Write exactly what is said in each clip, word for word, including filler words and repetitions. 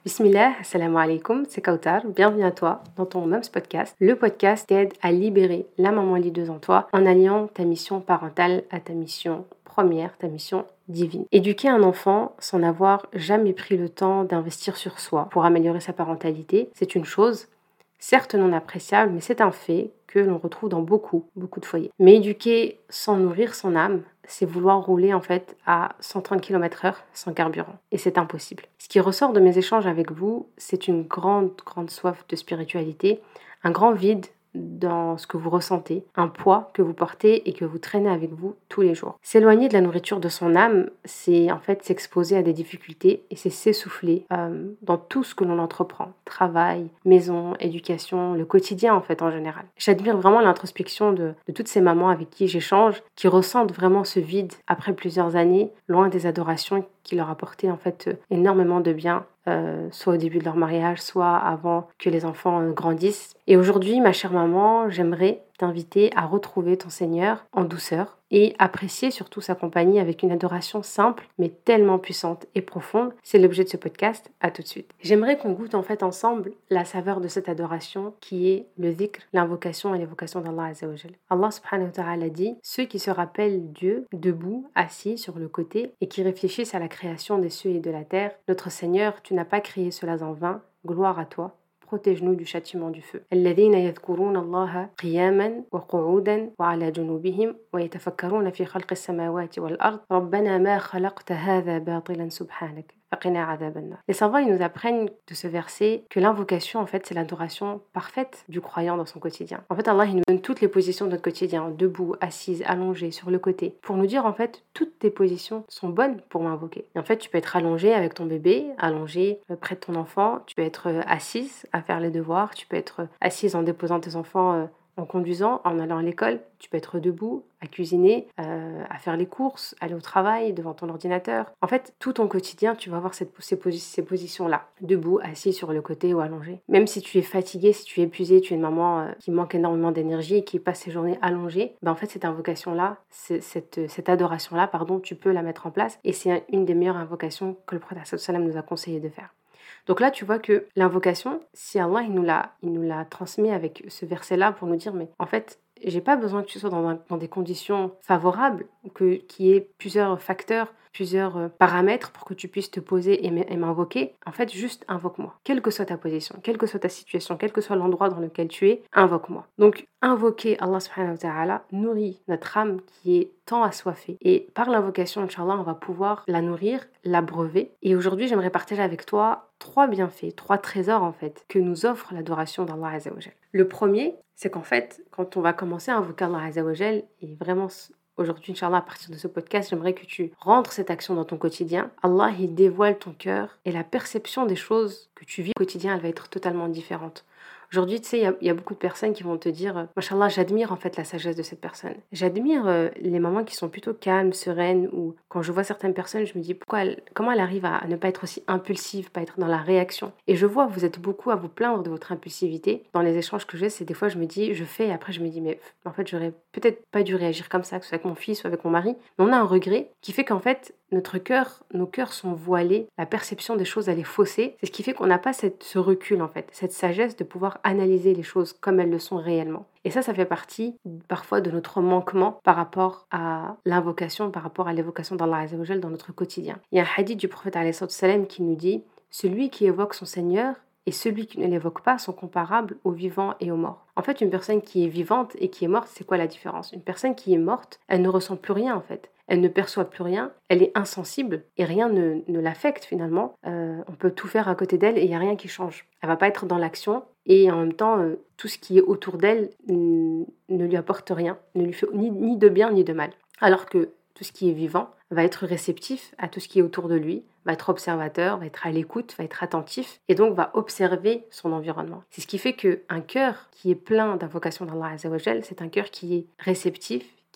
Bismillah, assalamu alaikum, c'est Kautar, bienvenue à toi dans ton Moms Podcast. Le podcast t'aide à libérer la maman leaduse en toi en alliant ta mission parentale à ta mission première, ta mission divine. Éduquer un enfant sans n'avoir jamais pris le temps d'investir sur soi pour améliorer sa parentalité, c'est une chose certes non appréciable, mais c'est un fait que l'on retrouve dans beaucoup, beaucoup de foyers. Mais éduquer sans nourrir son âme, c'est vouloir rouler en fait à cent trente kilomètres heure sans carburant. Et c'est impossible. Ce qui ressort de mes échanges avec vous, c'est une grande, grande soif de spiritualité, un grand vide dans ce que vous ressentez, un poids que vous portez et que vous traînez avec vous tous les jours. S'éloigner de la nourriture de son âme, c'est en fait s'exposer à des difficultés et c'est s'essouffler euh, dans tout ce que l'on entreprend. Travail, maison, éducation, le quotidien en fait en général. J'admire vraiment l'introspection de, de toutes ces mamans avec qui j'échange, qui ressentent vraiment ce vide après plusieurs années, loin des adorations qui leur apportaient en fait énormément de bien. Euh, soit au début de leur mariage, soit avant que les enfants euh, grandissent. Et aujourd'hui, ma chère maman, j'aimerais t'inviter à retrouver ton Seigneur en douceur et apprécier surtout sa compagnie avec une adoration simple mais tellement puissante et profonde. C'est l'objet de ce podcast. À tout de suite. J'aimerais qu'on goûte en fait ensemble la saveur de cette adoration qui est le dhikr, l'invocation et l'évocation d'Allah Azza wa Jal. Allah subhanahu wa ta'ala dit « Ceux qui se rappellent Dieu debout, assis sur le côté et qui réfléchissent à la création des cieux et de la terre, notre Seigneur, tu n'as pas créé cela en vain, gloire à toi. Protège-nous du châtiment du feu. الذين يذكرون الله قياما وقعودا وعلى جنوبهم ويتفكرون في خلق السماوات والأرض ربنا ما خلقت هذا باطلا سبحانك فقنا عذاب النار. Les savants ils nous apprennent de ce verset que l'invocation en fait c'est l'adoration parfaite du croyant dans son quotidien. En fait Allah il nous donne toutes les positions de notre quotidien, debout, assise, allongée, sur le côté, pour nous dire en fait toutes tes positions sont bonnes pour m'invoquer. Et en fait tu peux être allongé avec ton bébé, allongé près de ton enfant, tu peux être assise à faire les devoirs, tu peux être assise en déposant tes enfants euh, en conduisant, en allant à l'école, tu peux être debout, à cuisiner, euh, à faire les courses, aller au travail, devant ton ordinateur. En fait, tout ton quotidien, tu vas avoir cette, ces, posi- ces positions-là, debout, assis sur le côté ou allongé. Même si tu es fatigué, si tu es épuisé, tu es une maman euh, qui manque énormément d'énergie et qui passe ses journées allongées, ben en fait, cette invocation-là, c'est, cette, cette adoration-là, pardon, tu peux la mettre en place et c'est une des meilleures invocations que le prophète sallallahu alayhi wa sallam nous a conseillé de faire. Donc là, tu vois que l'invocation, si Allah il nous l'a, il nous l'a transmis avec ce verset-là pour nous dire, mais en fait, j'ai pas besoin que tu sois dans, un, dans des conditions favorables, que, qu'il y ait plusieurs facteurs, plusieurs euh, paramètres pour que tu puisses te poser et, et m'invoquer. En fait, juste invoque-moi. Quelle que soit ta position, quelle que soit ta situation, quel que soit l'endroit dans lequel tu es, invoque-moi. Donc, invoquer Allah subhanahu wa ta'ala nourrit notre âme qui est tant assoiffée. Et par l'invocation, Inch'Allah, on va pouvoir la nourrir, l'abreuver. Et aujourd'hui, j'aimerais partager avec toi trois bienfaits, trois trésors en fait, que nous offre l'adoration d'Allah Azza wa Jal. Le premier, c'est qu'en fait, quand on va commencer à invoquer Allah Azza wa Jal, et vraiment aujourd'hui, Inch'Allah, à partir de ce podcast, j'aimerais que tu rentres cette action dans ton quotidien. Allah, il dévoile ton cœur et la perception des choses que tu vis au quotidien, elle va être totalement différente. Aujourd'hui, tu sais, il y, y a beaucoup de personnes qui vont te dire euh, « Mashallah, j'admire en fait la sagesse de cette personne. » J'admire euh, les mamans qui sont plutôt calmes, sereines, ou quand je vois certaines personnes, je me dis pourquoi elle, comment elle arrive à, à ne pas être aussi impulsive, pas être dans la réaction. Et je vois, vous êtes beaucoup à vous plaindre de votre impulsivité. Dans les échanges que j'ai, c'est des fois, je me dis, je fais, et après je me dis, mais en fait, j'aurais peut-être pas dû réagir comme ça, que ce soit avec mon fils ou avec mon mari. Mais on a un regret qui fait qu'en fait, notre cœur, nos cœurs sont voilés, la perception des choses, elle est faussée. C'est ce qui fait qu'on n'a pas cette, ce recul, en fait, cette sagesse de pouvoir analyser les choses comme elles le sont réellement. Et ça, ça fait partie parfois de notre manquement par rapport à l'invocation, par rapport à l'évocation d'Allah Azza wa Jal dans notre quotidien. Il y a un hadith du prophète alayhi salam qui nous dit « Celui qui évoque son Seigneur et celui qui ne l'évoque pas sont comparables aux vivants et aux morts. » En fait, une personne qui est vivante et qui est morte, c'est quoi la différence ? Une personne qui est morte, elle ne ressent plus rien en fait. Elle ne perçoit plus rien, elle est insensible et rien ne, ne l'affecte finalement. Euh, on peut tout faire à côté d'elle et il n'y a rien qui change. Elle ne va pas être dans l'action et en même temps, euh, tout ce qui est autour d'elle n- ne lui apporte rien, ne lui fait ni, ni de bien ni de mal. Alors que tout ce qui est vivant va être réceptif à tout ce qui est autour de lui, va être observateur, va être à l'écoute, va être attentif et donc va observer son environnement. C'est ce qui fait qu'un cœur qui est plein d'invocation d'Allah Azza wa Jal, c'est un cœur qui est réceptif,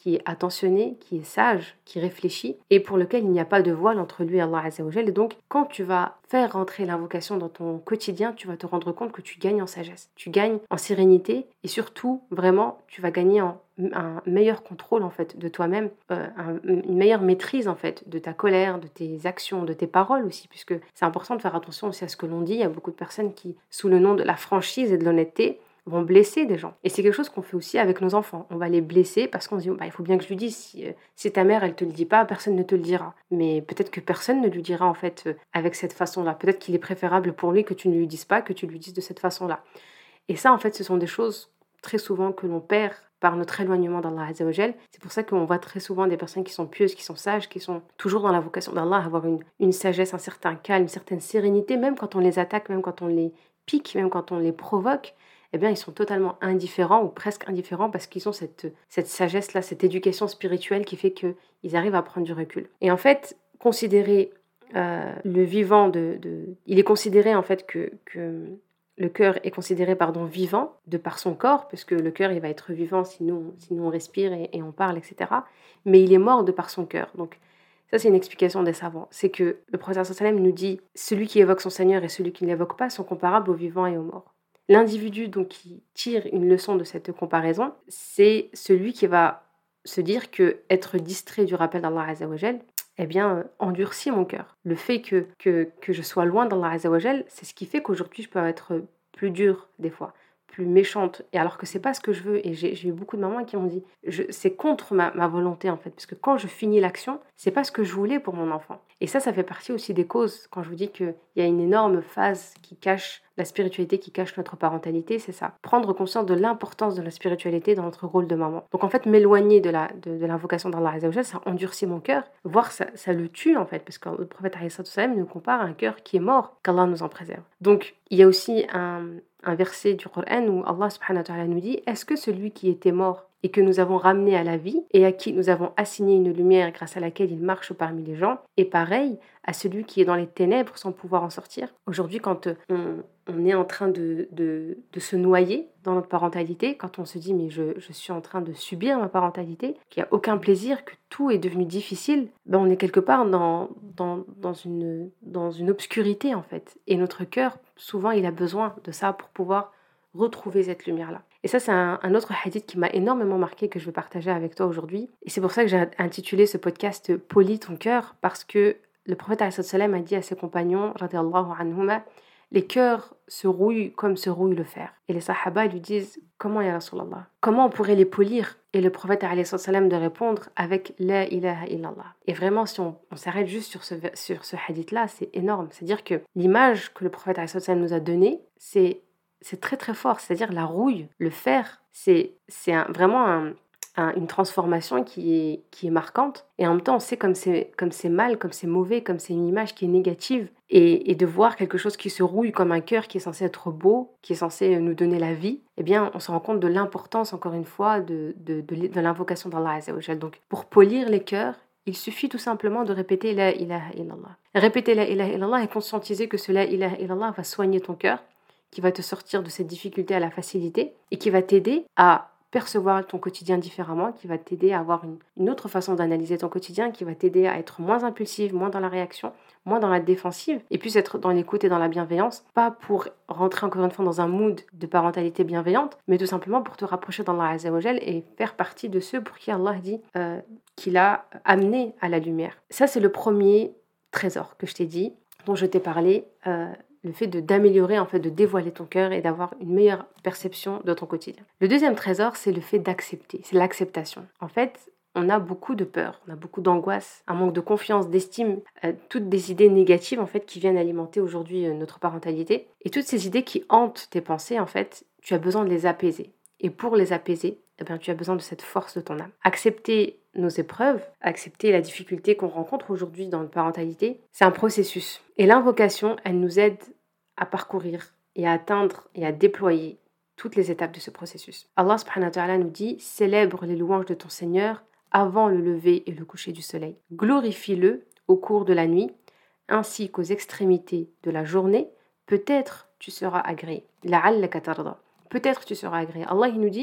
qui est attentionné, qui est sage, qui réfléchit et pour lequel il n'y a pas de voile entre lui et Allah Azza wa Jal. Et donc, quand tu vas faire rentrer l'invocation dans ton quotidien, tu vas te rendre compte que tu gagnes en sagesse, tu gagnes en sérénité et surtout, vraiment, tu vas gagner en un meilleur contrôle en fait de toi-même, euh, un, une meilleure maîtrise en fait de ta colère, de tes actions, de tes paroles aussi, puisque c'est important de faire attention aussi à ce que l'on dit. Il y a beaucoup de personnes qui, sous le nom de la franchise et de l'honnêteté, vont blesser des gens. Et c'est quelque chose qu'on fait aussi avec nos enfants. On va les blesser parce qu'on se dit, bah, il faut bien que je lui dise, si, euh, si ta mère, elle te le dit pas, personne ne te le dira. Mais peut-être que personne ne lui dira en fait euh, avec cette façon-là. Peut-être qu'il est préférable pour lui que tu ne lui dises pas, que tu lui dises de cette façon-là. Et ça, en fait, ce sont des choses très souvent que l'on perd par notre éloignement d'Allah Azza wa Jal. C'est pour ça qu'on voit très souvent des personnes qui sont pieuses, qui sont sages, qui sont toujours dans la vocation d'Allah, avoir une, une sagesse, un certain calme, une certaine sérénité, même quand on les attaque, même quand on les pique, même quand on les provoque. Eh bien, ils sont totalement indifférents ou presque indifférents parce qu'ils ont cette, cette sagesse-là, cette éducation spirituelle qui fait qu'ils arrivent à prendre du recul. Et en fait, considérer euh, le vivant de, de... Il est considéré en fait que... que le cœur est considéré pardon, vivant de par son corps, puisque le cœur il va être vivant si nous, si nous on respire et, et on parle, et cetera. Mais il est mort de par son cœur. Donc ça c'est une explication des savants. C'est que le prophète sallam nous dit celui qui évoque son Seigneur et celui qui ne l'évoque pas sont comparables aux vivants et aux morts. L'individu donc qui tire une leçon de cette comparaison, c'est celui qui va se dire que être distrait du rappel d'Allah Azza wa Jal, eh bien, euh, endurcit mon cœur. Le fait que, que, que je sois loin d'Allah Azza wa Jal, c'est ce qui fait qu'aujourd'hui, je peux être plus dure des fois, plus méchante, et alors que c'est pas ce que je veux. Et j'ai, j'ai eu beaucoup de mamans qui m'ont dit, je, c'est contre ma, ma volonté en fait, parce que quand je finis l'action, c'est pas ce que je voulais pour mon enfant. Et ça, ça fait partie aussi des causes, quand je vous dis qu'il y a une énorme phase qui cache la spiritualité, qui cache notre parentalité, c'est ça. Prendre conscience de l'importance de la spiritualité dans notre rôle de maman. Donc en fait, m'éloigner de, la, de, de l'invocation d'Allah Azza wa Jal, ça endurcit mon cœur, voire ça, ça le tue en fait, parce que le prophète alayhi sallam nous compare à un cœur qui est mort, qu'Allah nous en préserve. Donc il y a aussi un, un verset du Coran où Allah subhanahu wa ta'ala nous dit « Est-ce que celui qui était mort et que nous avons ramené à la vie et à qui nous avons assigné une lumière grâce à laquelle il marche parmi les gens est pareil à celui qui est dans les ténèbres sans pouvoir en sortir ?» Aujourd'hui, quand on, on est en train de, de, de se noyer dans notre parentalité, quand on se dit « mais je, je suis en train de subir ma parentalité », qu'il n'y a aucun plaisir, que tout est devenu difficile, ben on est quelque part dans, dans, dans, une, dans une obscurité en fait. Et notre cœur, souvent, il a besoin de ça pour pouvoir retrouver cette lumière-là. Et ça, c'est un, un autre hadith qui m'a énormément marqué, que je vais partager avec toi aujourd'hui. Et c'est pour ça que j'ai intitulé ce podcast « Polis ton cœur », parce que le prophète alayhi salam a dit à ses compagnons, radiyallahu anhuma, les cœurs se rouillent comme se rouille le fer. Et les sahaba lui disent, comment ya Rasulallah, comment on pourrait les polir? Et le prophète alayhi salam de répondre avec la ilaha illallah. Et vraiment, si on, on s'arrête juste sur ce, sur ce hadith-là, c'est énorme. C'est-à-dire que l'image que le prophète alayhi salam nous a donnée, c'est c'est très très fort, c'est-à-dire la rouille, le fer, c'est, c'est un, vraiment un, un, une transformation qui est, qui est marquante. Et en même temps, on sait comme c'est, comme c'est mal, comme c'est mauvais, comme c'est une image qui est négative. Et, et de voir quelque chose qui se rouille comme un cœur qui est censé être beau, qui est censé nous donner la vie, eh bien, on se rend compte de l'importance, encore une fois, de, de, de, de l'invocation d'Allah Azza wa Jal. Donc, pour polir les cœurs, il suffit tout simplement de répéter la ilaha illallah. Répéter la ilaha illallah et conscientiser que ce la ilaha illallah va soigner ton cœur, qui va te sortir de cette difficulté à la facilité et qui va t'aider à percevoir ton quotidien différemment, qui va t'aider à avoir une, une autre façon d'analyser ton quotidien, qui va t'aider à être moins impulsive, moins dans la réaction, moins dans la défensive, et puis être dans l'écoute et dans la bienveillance, pas pour rentrer encore une fois dans un mood de parentalité bienveillante, mais tout simplement pour te rapprocher d'Allah Azza wa Jal et faire partie de ceux pour qui Allah dit euh, qu'il a amené à la lumière. Ça, c'est le premier trésor que je t'ai dit, dont je t'ai parlé, euh, le fait de, d'améliorer, en fait, de dévoiler ton cœur et d'avoir une meilleure perception de ton quotidien. Le deuxième trésor, c'est le fait d'accepter, c'est l'acceptation. En fait, on a beaucoup de peur, on a beaucoup d'angoisse, un manque de confiance, d'estime, euh, toutes des idées négatives, en fait, qui viennent alimenter aujourd'hui euh, notre parentalité. Et toutes ces idées qui hantent tes pensées, en fait, tu as besoin de les apaiser. Et pour les apaiser, eh bien, tu as besoin de cette force de ton âme. Accepter nos épreuves, accepter la difficulté qu'on rencontre aujourd'hui dans notre parentalité, c'est un processus. Et l'invocation, elle nous aide à parcourir et à atteindre et à déployer toutes les étapes de ce processus. Allah subhanahu wa ta'ala nous dit « Célèbre les louanges de ton Seigneur avant le lever et le coucher du soleil. Glorifie-le au cours de la nuit, ainsi qu'aux extrémités de la journée. Peut-être tu seras agréé. La'allaka tarda. Peut-être tu seras agréé. Allah il nous dit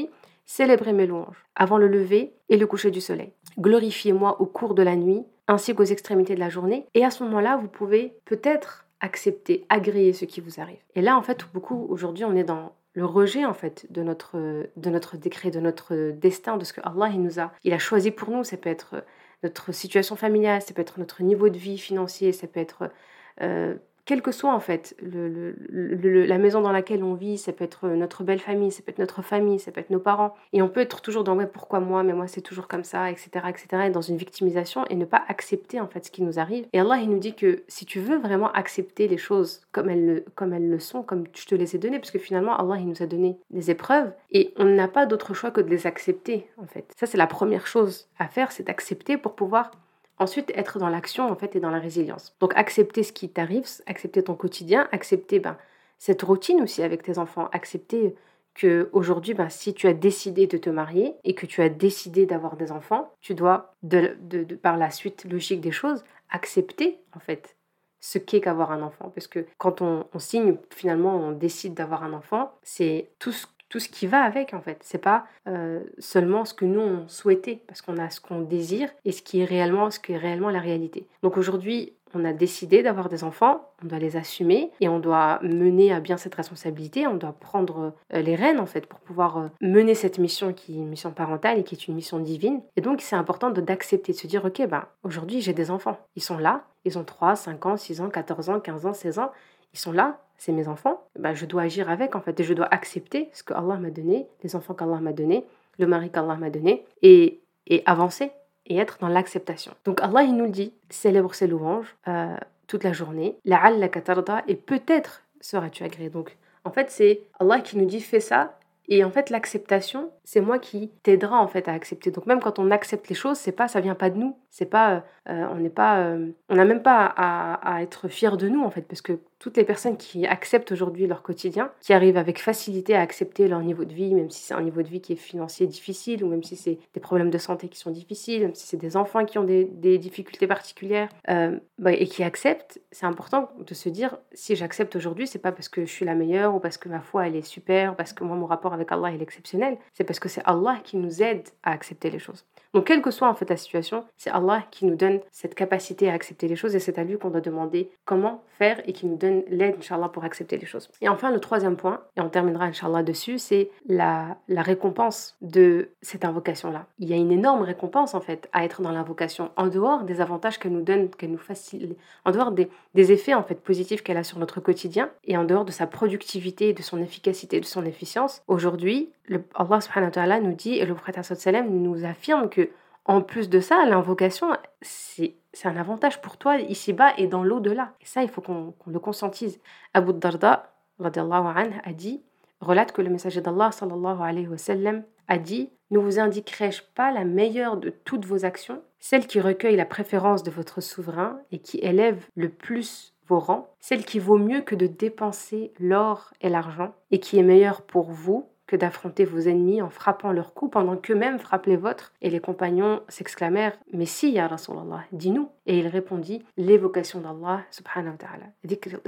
célébrez mes louanges avant le lever et le coucher du soleil. Glorifiez-moi au cours de la nuit ainsi qu'aux extrémités de la journée. Et à ce moment-là, vous pouvez peut-être accepter, agréer ce qui vous arrive. Et là, en fait, beaucoup, aujourd'hui, on est dans le rejet, en fait, de notre, de notre décret, de notre destin, de ce que Allah, il nous a, il a choisi pour nous. Ça peut être notre situation familiale, ça peut être notre niveau de vie financier, ça peut être... Euh, quel que soit en fait le, le, le, la maison dans laquelle on vit, ça peut être notre belle famille, ça peut être notre famille, ça peut être nos parents. Et on peut être toujours dans ouais, pourquoi moi, mais moi c'est toujours comme ça, et cetera, et cetera. Et dans une victimisation et ne pas accepter en fait ce qui nous arrive. Et Allah il nous dit que si tu veux vraiment accepter les choses comme elles le, comme elles le sont, comme je te les ai données, parce que finalement Allah il nous a donné des épreuves et on n'a pas d'autre choix que de les accepter en fait. Ça c'est la première chose à faire, c'est d'accepter pour pouvoir ensuite, être dans l'action en fait et dans la résilience. Donc, accepter ce qui t'arrive, accepter ton quotidien, accepter ben, cette routine aussi avec tes enfants, accepter qu'aujourd'hui, ben, si tu as décidé de te marier et que tu as décidé d'avoir des enfants, tu dois, de, de, de, par la suite logique des choses, accepter en fait ce qu'est qu'avoir un enfant. Parce que quand on, on signe, finalement, on décide d'avoir un enfant, c'est tout ce tout ce qui va avec en fait. C'est pas euh, seulement ce que nous on souhaitait, parce qu'on a ce qu'on désire et ce qui est réellement, ce qui est réellement la réalité. Donc aujourd'hui, on a décidé d'avoir des enfants, on doit les assumer et on doit mener à bien cette responsabilité, on doit prendre euh, les rênes en fait pour pouvoir euh, mener cette mission qui est une mission parentale et qui est une mission divine. Et donc c'est important de, d'accepter, de se dire ok, bah, aujourd'hui j'ai des enfants, ils sont là, ils ont trois, cinq ans, six ans, quatorze ans, quinze ans, seize ans, ils sont là, c'est mes enfants, bah, je dois agir avec en fait et je dois accepter ce que Allah m'a donné, les enfants qu'Allah m'a donné, le mari qu'Allah m'a donné et, et avancer et être dans l'acceptation. Donc Allah il nous le dit, célèbre ses louanges euh, toute la journée, la'allaka tarda, et peut-être seras-tu agréé. Donc en fait c'est Allah qui nous dit fais ça. Et en fait, l'acceptation, c'est moi qui t'aidera en fait à accepter. Donc même quand on accepte les choses, c'est pas, ça vient pas de nous. C'est pas, euh, on n'est pas, euh, on n'a même pas à, à être fier de nous en fait, parce que toutes les personnes qui acceptent aujourd'hui leur quotidien, qui arrivent avec facilité à accepter leur niveau de vie, même si c'est un niveau de vie qui est financier difficile, ou même si c'est des problèmes de santé qui sont difficiles, même si c'est des enfants qui ont des, des difficultés particulières, euh, bah, et qui acceptent, c'est important de se dire, si j'accepte aujourd'hui, c'est pas parce que je suis la meilleure, ou parce que ma foi elle est super, ou parce que moi mon rapport avec Allah il est exceptionnel, c'est parce que c'est Allah qui nous aide à accepter les choses. Donc quelle que soit en fait la situation, c'est Allah qui nous donne cette capacité à accepter les choses et c'est à lui qu'on doit demander comment faire et qui nous donne l'aide, Inch'Allah, pour accepter les choses. Et enfin, le troisième point, et on terminera Inch'Allah dessus, c'est la, la récompense de cette invocation-là. Il y a une énorme récompense en fait à être dans l'invocation, en dehors des avantages qu'elle nous donne, qu'elle nous facilite, en dehors des, des effets en fait positifs qu'elle a sur notre quotidien et en dehors de sa productivité, de son efficacité, de son efficience. Aujourd'hui, le, Allah subhanahu wa ta'ala nous dit, et le prophète sallam nous affirme que en plus de ça, l'invocation, c'est, c'est un avantage pour toi ici-bas et dans l'au-delà. Et ça, il faut qu'on, qu'on le conscientise. Abu Darda, radiallahu anhu, a dit, relate que le messager d'Allah, sallallahu alayhi wa sallam, a dit « Ne vous indiquerai-je pas la meilleure de toutes vos actions, celle qui recueille la préférence de votre souverain et qui élève le plus vos rangs, celle qui vaut mieux que de dépenser l'or et l'argent et qui est meilleure pour vous que d'affronter vos ennemis en frappant leurs coups pendant qu'eux-mêmes frappent les vôtres. » Et les compagnons s'exclamèrent « Mais si, ya Rasulallah, dis-nous » Et il répondit « L'évocation d'Allah, subhanahu wa ta'ala, dhikrullah. »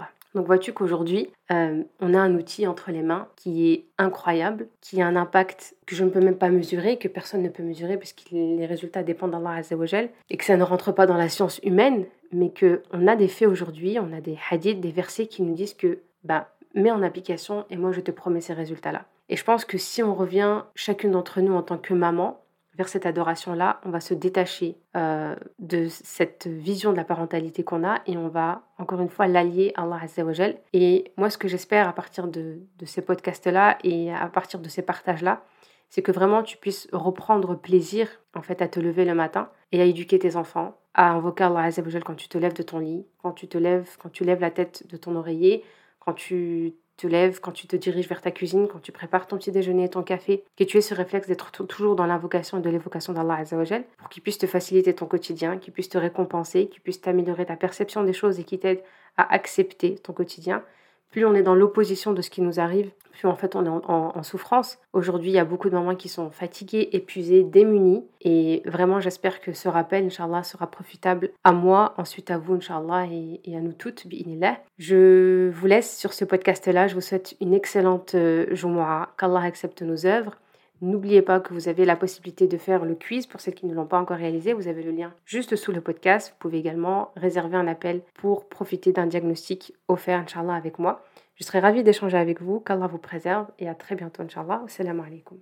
Donc vois-tu qu'aujourd'hui, euh, on a un outil entre les mains qui est incroyable, qui a un impact que je ne peux même pas mesurer, que personne ne peut mesurer puisque les résultats dépendent d'Allah Azza wa Jal, et que ça ne rentre pas dans la science humaine, mais qu'on a des faits aujourd'hui, on a des hadiths, des versets qui nous disent que bah, mets en application et moi je te promets ces résultats-là. Et je pense que si on revient chacune d'entre nous en tant que maman vers cette adoration-là, on va se détacher euh, de cette vision de la parentalité qu'on a et on va encore une fois l'allier à Allah Azza wa Jal. Et moi ce que j'espère à partir de, de ces podcasts-là et à partir de ces partages-là, c'est que vraiment tu puisses reprendre plaisir en fait à te lever le matin et à éduquer tes enfants, à invoquer Allah Azza wa Jal quand tu te lèves de ton lit, quand tu te lèves, quand tu lèves la tête de ton oreiller, quand tu te lèves, quand tu te diriges vers ta cuisine, quand tu prépares ton petit déjeuner et ton café, que tu aies ce réflexe d'être t- toujours dans l'invocation et de l'évocation d'Allah Azza wa Jal pour qu'il puisse te faciliter ton quotidien, qu'il puisse te récompenser, qu'il puisse t'améliorer ta perception des choses et qu'il t'aide à accepter ton quotidien. Plus on est dans l'opposition de ce qui nous arrive, plus en fait on est en, en, en souffrance. Aujourd'hui, il y a beaucoup de mamans qui sont fatiguées, épuisées, démunies. Et vraiment, j'espère que ce rappel, Inch'Allah, sera profitable à moi, ensuite à vous, Inch'Allah, et, et à nous toutes, bi'inillah. Je vous laisse sur ce podcast-là. Je vous souhaite une excellente euh, Jumu'ah. Qu'Allah accepte nos œuvres. N'oubliez pas que vous avez la possibilité de faire le quiz pour celles qui ne l'ont pas encore réalisé. Vous avez le lien juste sous le podcast. Vous pouvez également réserver un appel pour profiter d'un diagnostic offert, Inch'Allah, avec moi. Je serai ravie d'échanger avec vous. Qu'Allah vous préserve et à très bientôt, Inch'Allah. Assalamu alaikum.